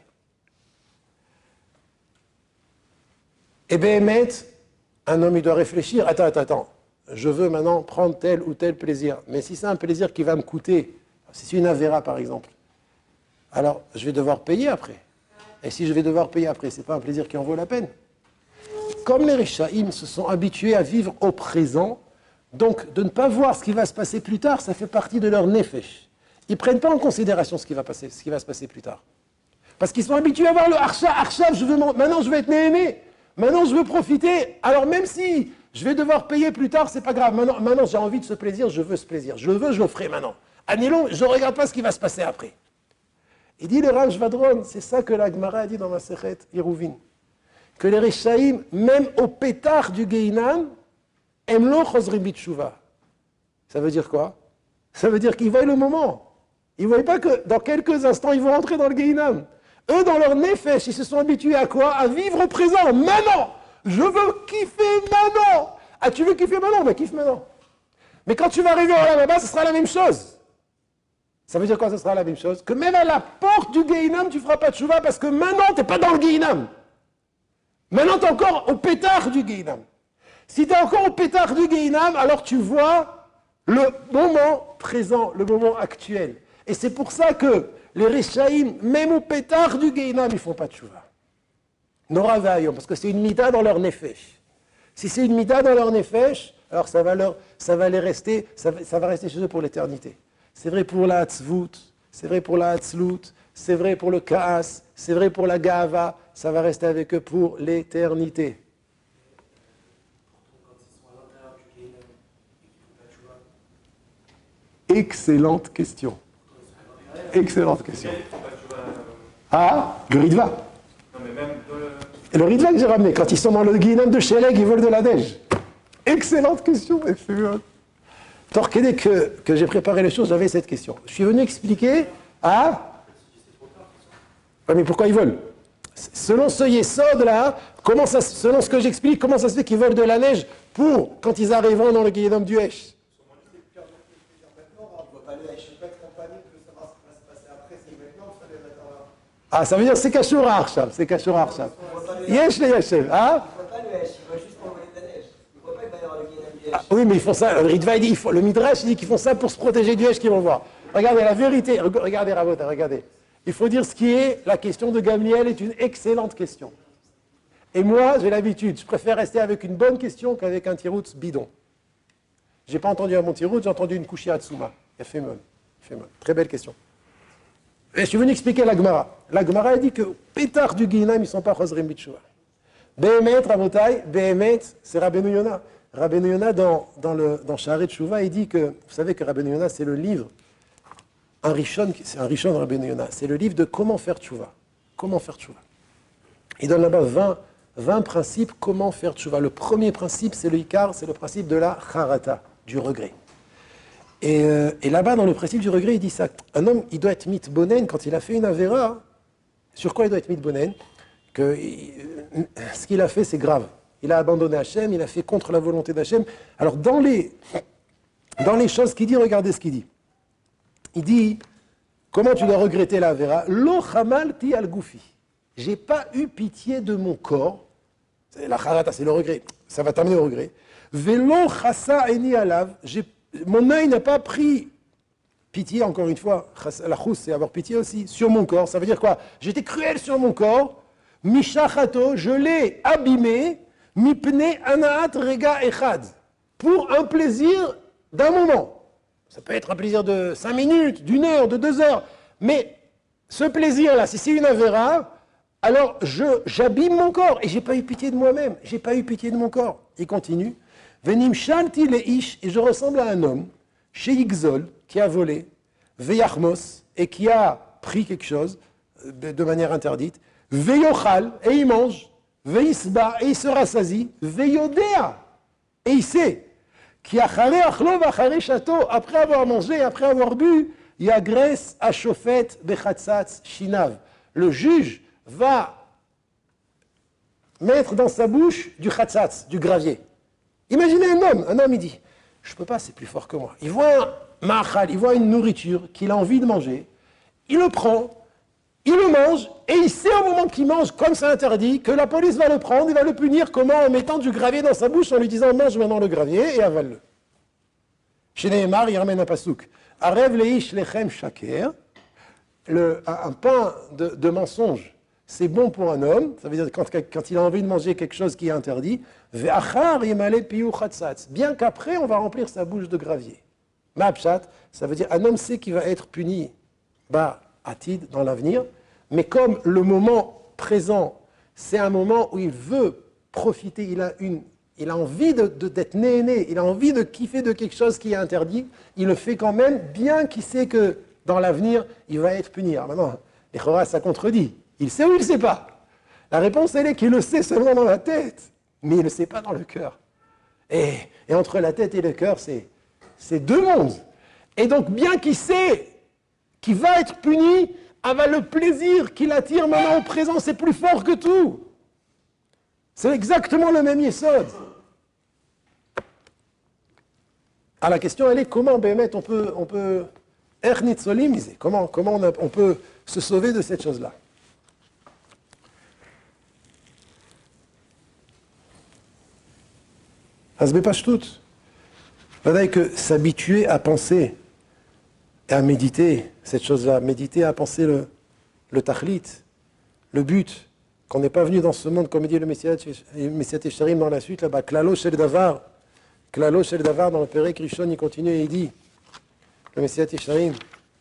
Et bien, un homme, il doit réfléchir. Attends, attends, attends. Je veux maintenant prendre tel ou tel plaisir. Mais si c'est un plaisir qui va me coûter, si c'est une avéra par exemple, alors je vais devoir payer après. Et si je vais devoir payer après, ce n'est pas un plaisir qui en vaut la peine. Comme les Rechaïm se sont habitués à vivre au présent, donc de ne pas voir ce qui va se passer plus tard, ça fait partie de leur nefesh. Ils ne prennent pas en considération ce qui va, passer, ce qui va se passer plus tard. Parce qu'ils sont habitués à voir le harsha, harsha, je veux, maintenant je vais être néhémé, maintenant je veux profiter, alors même si je vais devoir payer plus tard, c'est pas grave. Maintenant, maintenant j'ai envie de ce plaisir, je veux ce plaisir. Je le veux, je le ferai maintenant. Annulons, je ne regarde pas ce qui va se passer après. Il dit le Rav Shvadron, c'est ça que la Gemara a dit dans ma Sechet Iruvin, que les Rechaïm, même au pétard du Geinam, Emlo Chozrim Bitshuva. Ça veut dire quoi? Ça veut dire qu'ils voient le moment. Ils ne voient pas que dans quelques instants, ils vont entrer dans le Geinam. Eux, dans leur nefesh, ils se sont habitués à quoi? À vivre au présent, maintenant. Je veux kiffer maintenant. Ah, tu veux kiffer maintenant? Ben, kiffe maintenant. Mais quand tu vas arriver au là-bas, ce sera la même chose. Ça veut dire quoi, ce sera la même chose? Que même à la porte du Geinam, tu ne feras pas de chouva parce que maintenant, tu n'es pas dans le Geinam. Maintenant, tu es encore au pétard du Geinam. Si tu es encore au pétard du Geinam, alors tu vois le moment présent, le moment actuel. Et c'est pour ça que les Rechaïm, même au pétard du Geinam, ils ne font pas de chouva. Nora Vayom, parce que c'est une mida dans leur nefesh. Si c'est une mida dans leur nefesh, alors ça va, leur, ça va les rester, ça va, ça va rester chez eux pour l'éternité. C'est vrai pour la hatzvut, c'est vrai pour la hatzlut, c'est vrai pour le kaas, c'est vrai pour la gava, ça va rester avec eux pour l'éternité. Excellente question. Excellente question. Ah, le Ritva. Non, mais même dans le... Et le Ritva que j'ai ramené, quand ils sont dans le Guinam de Sheleg, ils volent de la neige. Excellente question, excellente. Torquedé que, que j'ai préparé les choses, j'avais cette question. Je suis venu expliquer à... Ah, mais pourquoi ils volent? Selon ce Yesod là, comment ça, selon ce que j'explique, comment ça se fait qu'ils volent de la neige pour, quand ils arriveront dans le Guinam du Hesh? Ah, ça veut dire c'est Kashur Arsham, c'est Kashur Arsham. Yesh le Yeshem, hein? Il ne voit pas le Hesh, il voit juste pour voler de la neige. Il ne voit pas qu'il va y avoir le Guinam du Hesh. Ah, oui, mais ils font ça, le Ritva, il dit, il faut, le Midrash, il dit qu'ils font ça pour se protéger du Hesh qu'ils vont voir. Regardez, la vérité, regardez Rabot, regardez. Il faut dire ce qui est, la question de Gamliel est une excellente question. Et moi, j'ai l'habitude, je préfère rester avec une bonne question qu'avec un tiroutz bidon. Je n'ai pas entendu un bon tiroutz, j'ai entendu une Kushia Hatsuma. Il a fait mon, fait mon. Très belle question. Et je suis venu expliquer la Gemara. La Gemara a dit que pétard du Guinam, ils ne sont pas Chosrim Bitshuva. Behemet, Rabotai, Behemet, c'est Rabbeinu Yonah. Rabbeinu Yonah, dans, dans, le, dans Sha'arei Tshuva, il dit que, vous savez que Rabbeinu Yonah, c'est le livre, un Rishon, c'est un Rishon Rabbeinu Yonah, c'est le livre de comment faire Tshuva. Comment faire Tshuva. Il donne là-bas vingt, vingt principes comment faire Tshuva. Le premier principe, c'est le Ikar, c'est le principe de la Charata, du regret. Et, euh, et là-bas, dans le principe du regret, il dit ça. Un homme, il doit être mitbonen quand il a fait une avéra. Sur quoi il doit être mitbonen? Que il, ce qu'il a fait, c'est grave. Il a abandonné Hachem, il a fait contre la volonté d'Hachem. Alors, dans les, dans les choses qu'il dit, regardez ce qu'il dit. Il dit, comment tu dois regretter la avéra? Lo chamalti al goufi. J'ai pas eu pitié de mon corps. C'est la charata, c'est le regret. Ça va t'amener au regret. Velo chassa eni alav. J'ai Mon œil n'a pas pris pitié, encore une fois, la chousse, c'est avoir pitié aussi, sur mon corps. Ça veut dire quoi? J'étais cruel sur mon corps, mishachato, je l'ai abîmé, mipne anaat rega echad, pour un plaisir d'un moment. Ça peut être un plaisir de cinq minutes, d'une heure, de deux heures, mais ce plaisir-là, si c'est une avéra, alors je, j'abîme mon corps, et j'ai pas eu pitié de moi-même, j'ai pas eu pitié de mon corps. Il continue. Venim shalti leish, et je ressemble à un homme, chez Ixol, qui a volé, veyachmos, et qui a pris quelque chose de manière interdite, veyochal, et il mange, veisba, et il se rassasie, veyodea, et il sait, qui achare achlo vachare chato, après avoir mangé, après avoir bu, yagres ashofet bechatzatz shinav. Le juge va mettre dans sa bouche du chatzatz, du gravier. Imaginez un homme, un homme il dit, je ne peux pas, c'est plus fort que moi. Il voit un ma'achal, il voit une nourriture qu'il a envie de manger, il le prend, il le mange, et il sait au moment qu'il mange, comme c'est interdit, que la police va le prendre, il va le punir, comment? En mettant du gravier dans sa bouche, en lui disant, mange maintenant le gravier, et avale-le. Chez Nehemar, il ramène un pasouk. Arev leish lechem shaker, le, un pain de, de mensonge, c'est bon pour un homme, ça veut dire quand, quand il a envie de manger quelque chose qui est interdit, bien qu'après on va remplir sa bouche de gravier. Ma'apshat, ça veut dire un homme sait qu'il va être puni, bah, atid, dans l'avenir, mais comme le moment présent, c'est un moment où il veut profiter, il a, une, il a envie de, de, d'être né-né, il a envie de kiffer de quelque chose qui est interdit, il le fait quand même, bien qu'il sait que dans l'avenir, il va être puni. Alors maintenant, les Chora, ça contredit. Il sait ou il ne sait pas? La réponse, elle est qu'il le sait seulement dans la tête, mais il ne le sait pas dans le cœur. Et, et entre la tête et le cœur, c'est, c'est deux mondes. Et donc, bien qu'il sait qu'il va être puni, avec le plaisir qu'il attire maintenant au présent, c'est plus fort que tout. C'est exactement le même yesod. Ah, la question, elle est comment, Bémet, on peut, on peut, comment, comment on, a, on peut se sauver de cette chose-là? Asbepashtout. Faudrait que s'habituer à penser et à méditer cette chose-là, méditer à penser le, le tachlit, le but, qu'on n'est pas venu dans ce monde, comme dit le Messiat Yesharim dans la suite, là-bas, Klalo Shel Davar, Klalo Shel Davar, dans le Perek Rishon, il continue et il dit, le Messiat Yesharim,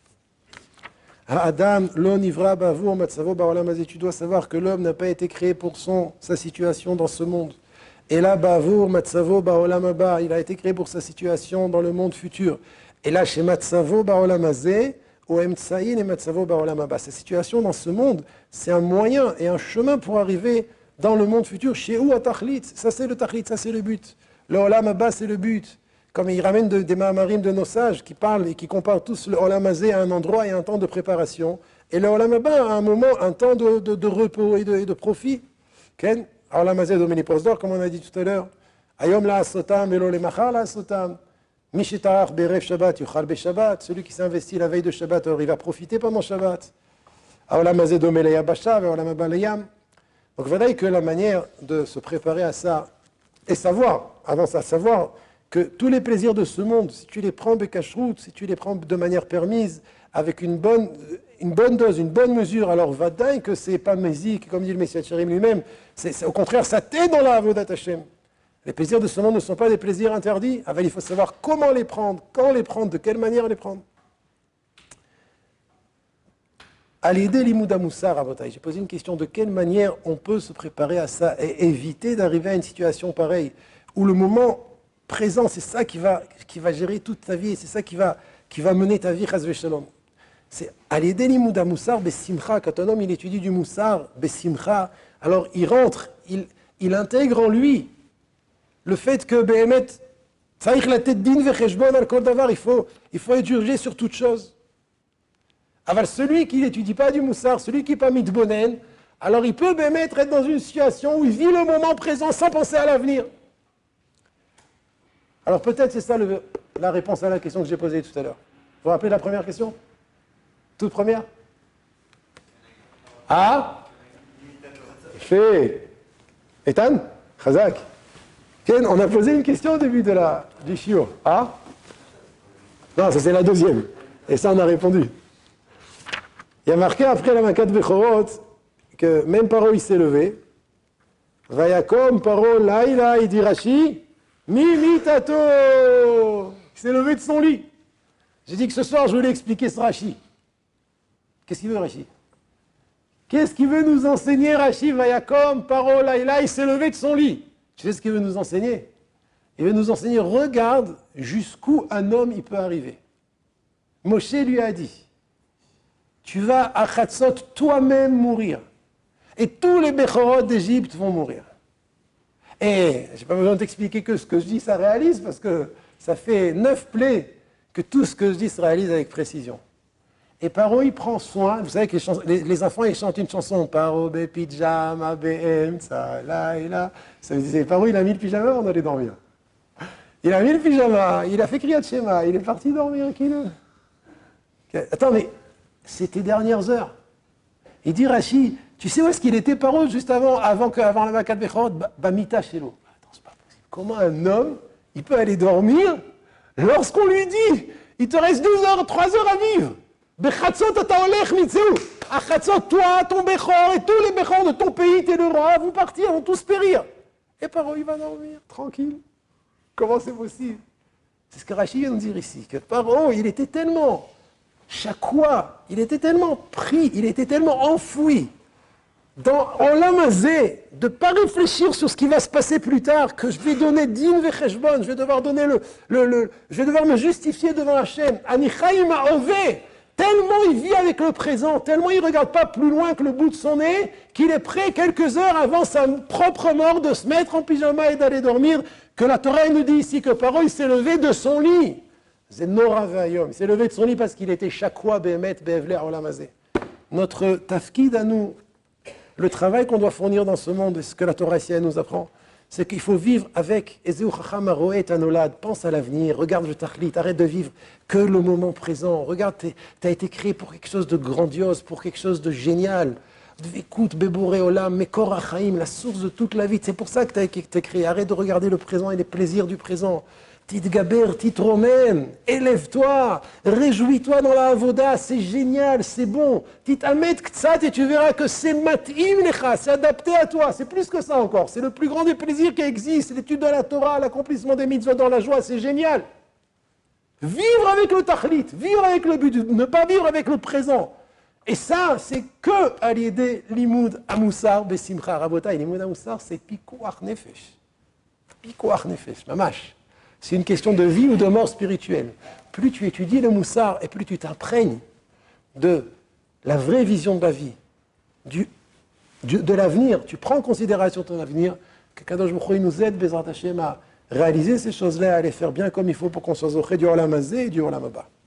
Adam, lo nivra bavur matzavo ba'olam hazeh, tu dois savoir que l'homme n'a pas été créé pour son, sa situation dans ce monde. Et là, Bavour, Matzavo, Baolam Haba, il a été créé pour sa situation dans le monde futur. Et là, chez Matzavo, Baolam Hazeh, Oem Tsaïn et Matzavo, Baolam Haba. Sa situation dans ce monde, c'est un moyen et un chemin pour arriver dans le monde futur. Chez où à Tachlit? Ça, c'est le Tachlit, ça, c'est le but. Le Olam Haba, c'est le but. Comme il ramène de, des Mahamarim de nos sages qui parlent et qui comparent tous le Olam Hazeh à un endroit et un temps de préparation. Et le Olam Haba à un moment, un temps de, de, de repos et de, et de profit. Ken? Olam Hazeh domini prosdor, comme on a dit tout à l'heure. Ayom la asotam, velo le machar la asotam. Mishitarach berev Shabbat, yuchal be Shabbat. Celui qui s'investit la veille de Shabbat, alors il va profiter pendant Shabbat. Olam Hazeh domé le yabasha, ve Olam Haba le yam. Donc voilà que la manière de se préparer à ça, et savoir, avant ça, savoir que tous les plaisirs de ce monde, si tu les prends bekashrut, si tu les prends de manière permise, avec une bonne, une bonne dose, une bonne mesure, alors va dingue que c'est pas mésique, comme dit le Messiah Yesharim lui-même, c'est, c'est, au contraire, ça t'aide dans la avodat Hashem. Les plaisirs de ce monde ne sont pas des plaisirs interdits. Avec, il faut savoir comment les prendre, quand les prendre, de quelle manière les prendre. À l'idée l'imouda moussar, Rabotai, j'ai posé une question de quelle manière on peut se préparer à ça et éviter d'arriver à une situation pareille où le moment présent, c'est ça qui va, qui va gérer toute ta vie et c'est ça qui va, qui va mener ta vie, chas v'shalom. C'est à l'idée l'imouda moussar, besimcha, quand un homme il étudie du moussar, besimcha, alors il rentre, il, il intègre en lui le fait que Behemet, Tsaïch la tête din vecheshbon al kol davar, il faut, il faut être jugé sur toute chose. Alors celui qui n'étudie pas du moussar, celui qui n'est pas mitbonen, alors il peut Behemet être dans une situation où il vit le moment présent sans penser à l'avenir. Alors peut-être c'est ça le, la réponse à la question que j'ai posée tout à l'heure. Vous vous rappelez la première question? Toute première? Ah? Fait. Ethan? Chazak? Ken, on a posé une question au début de la, du shiur. Ah? Non, ça c'est la deuxième. Et ça on a répondu. Il y a marqué après la Makat Bechorot que même Paro il s'est levé. Vayakom Paro laïla, il dit Rashi, mi mitato. Il s'est levé de son lit. J'ai dit que ce soir je voulais expliquer ce Rashi. Qu'est-ce qu'il veut Rashi? Qu'est-ce qu'il veut nous enseigner Rashi? Vayakom Paro laïla, il s'est levé de son lit. Tu sais ce qu'il veut nous enseigner? Il veut nous enseigner, regarde jusqu'où un homme il peut arriver. Moshe lui a dit, tu vas à Chatzot toi-même mourir. Et tous les Bechorot d'Égypte vont mourir. Et je n'ai pas besoin de t'expliquer que ce que je dis, ça réalise, parce que ça fait neuf plaies que tout ce que je dis se réalise avec précision. Et Paro, il prend soin, vous savez que les, chans- les, les enfants, ils chantent une chanson, Paro, be pyjama, be em, ça, là et là. Ça veut dire, Paro, il a mis le pyjama avant d'aller dormir. Il a mis le pyjama, il a fait Kriyat Shema, il est parti dormir, qu'il Attends, mais c'est tes dernières heures. Il dit, Rashi, tu sais où est-ce qu'il était, Paro, juste avant, avant, que, avant la Makat Bechorot? Bamita Shelo. Attends, c'est pas possible. Comment un homme, il peut aller dormir lorsqu'on lui dit, il te reste douze heures, trois heures à vivre? Bechatzot ata olech mitzeu. À Chatzot, toi, ton Bechor et tous les Bechors de ton pays, t'es le roi, vous partir, vont tous périr. Et Paro, il va dormir, tranquille. Comment c'est possible? C'est ce que Rashi vient nous dire ici, que Paro, il était tellement chakwa, il était tellement pris, il était tellement enfoui dans Olam Hazé, de ne pas réfléchir sur ce qui va se passer plus tard, que je vais donner din vecheshbon, je vais devoir donner le, le, le, je vais devoir me justifier devant Hachem. Anichaim ha'oveh. Tellement il vit avec le présent, tellement il ne regarde pas plus loin que le bout de son nez, qu'il est prêt quelques heures avant sa propre mort de se mettre en pyjama et d'aller dormir, que la Torah nous dit ici que Paro il s'est levé de son lit. C'est Nora Vayom. Il s'est levé de son lit parce qu'il était chakwa behemet be'evler olam hazé. Notre tafkid à nous, le travail qu'on doit fournir dans ce monde, et ce que la Torah ici nous apprend, c'est qu'il faut vivre avec Ezeu Chacham Haroet Anolad. Pense à l'avenir, regarde le Tachlit, arrête de vivre que le moment présent. Regarde, tu as été créé pour quelque chose de grandiose, pour quelque chose de génial. Écoute, Beboré Olam, Mekor Achaim, la source de toute la vie. C'est pour ça que tu as été créé. Arrête de regarder le présent et les plaisirs du présent. Titgaber, titromem, élève-toi, réjouis-toi dans la avoda, c'est génial, c'est bon. Titamet ktsat et tu verras que c'est matim lecha, c'est adapté à toi, c'est plus que ça encore. C'est le plus grand des plaisirs qui existe, l'étude de la Torah, l'accomplissement des mitzvot dans la joie, c'est génial. Vivre avec le tachlit, vivre avec le but, ne pas vivre avec le présent. Et ça, c'est que à l'idée limoud amoussar besimcha rabota. Et limoud amoussar, c'est pikuach nefesh. Pikuach nefesh, mamash. C'est une question de vie ou de mort spirituelle. Plus tu étudies le moussar et plus tu t'imprègnes de la vraie vision de la vie, du, du, de l'avenir, tu prends en considération ton avenir, que Kadosh Baruch Hu nous aide, Bezrat Hashem, à réaliser ces choses-là, à les faire bien comme il faut pour qu'on soit au du Olam Hazé et du Olam Haba.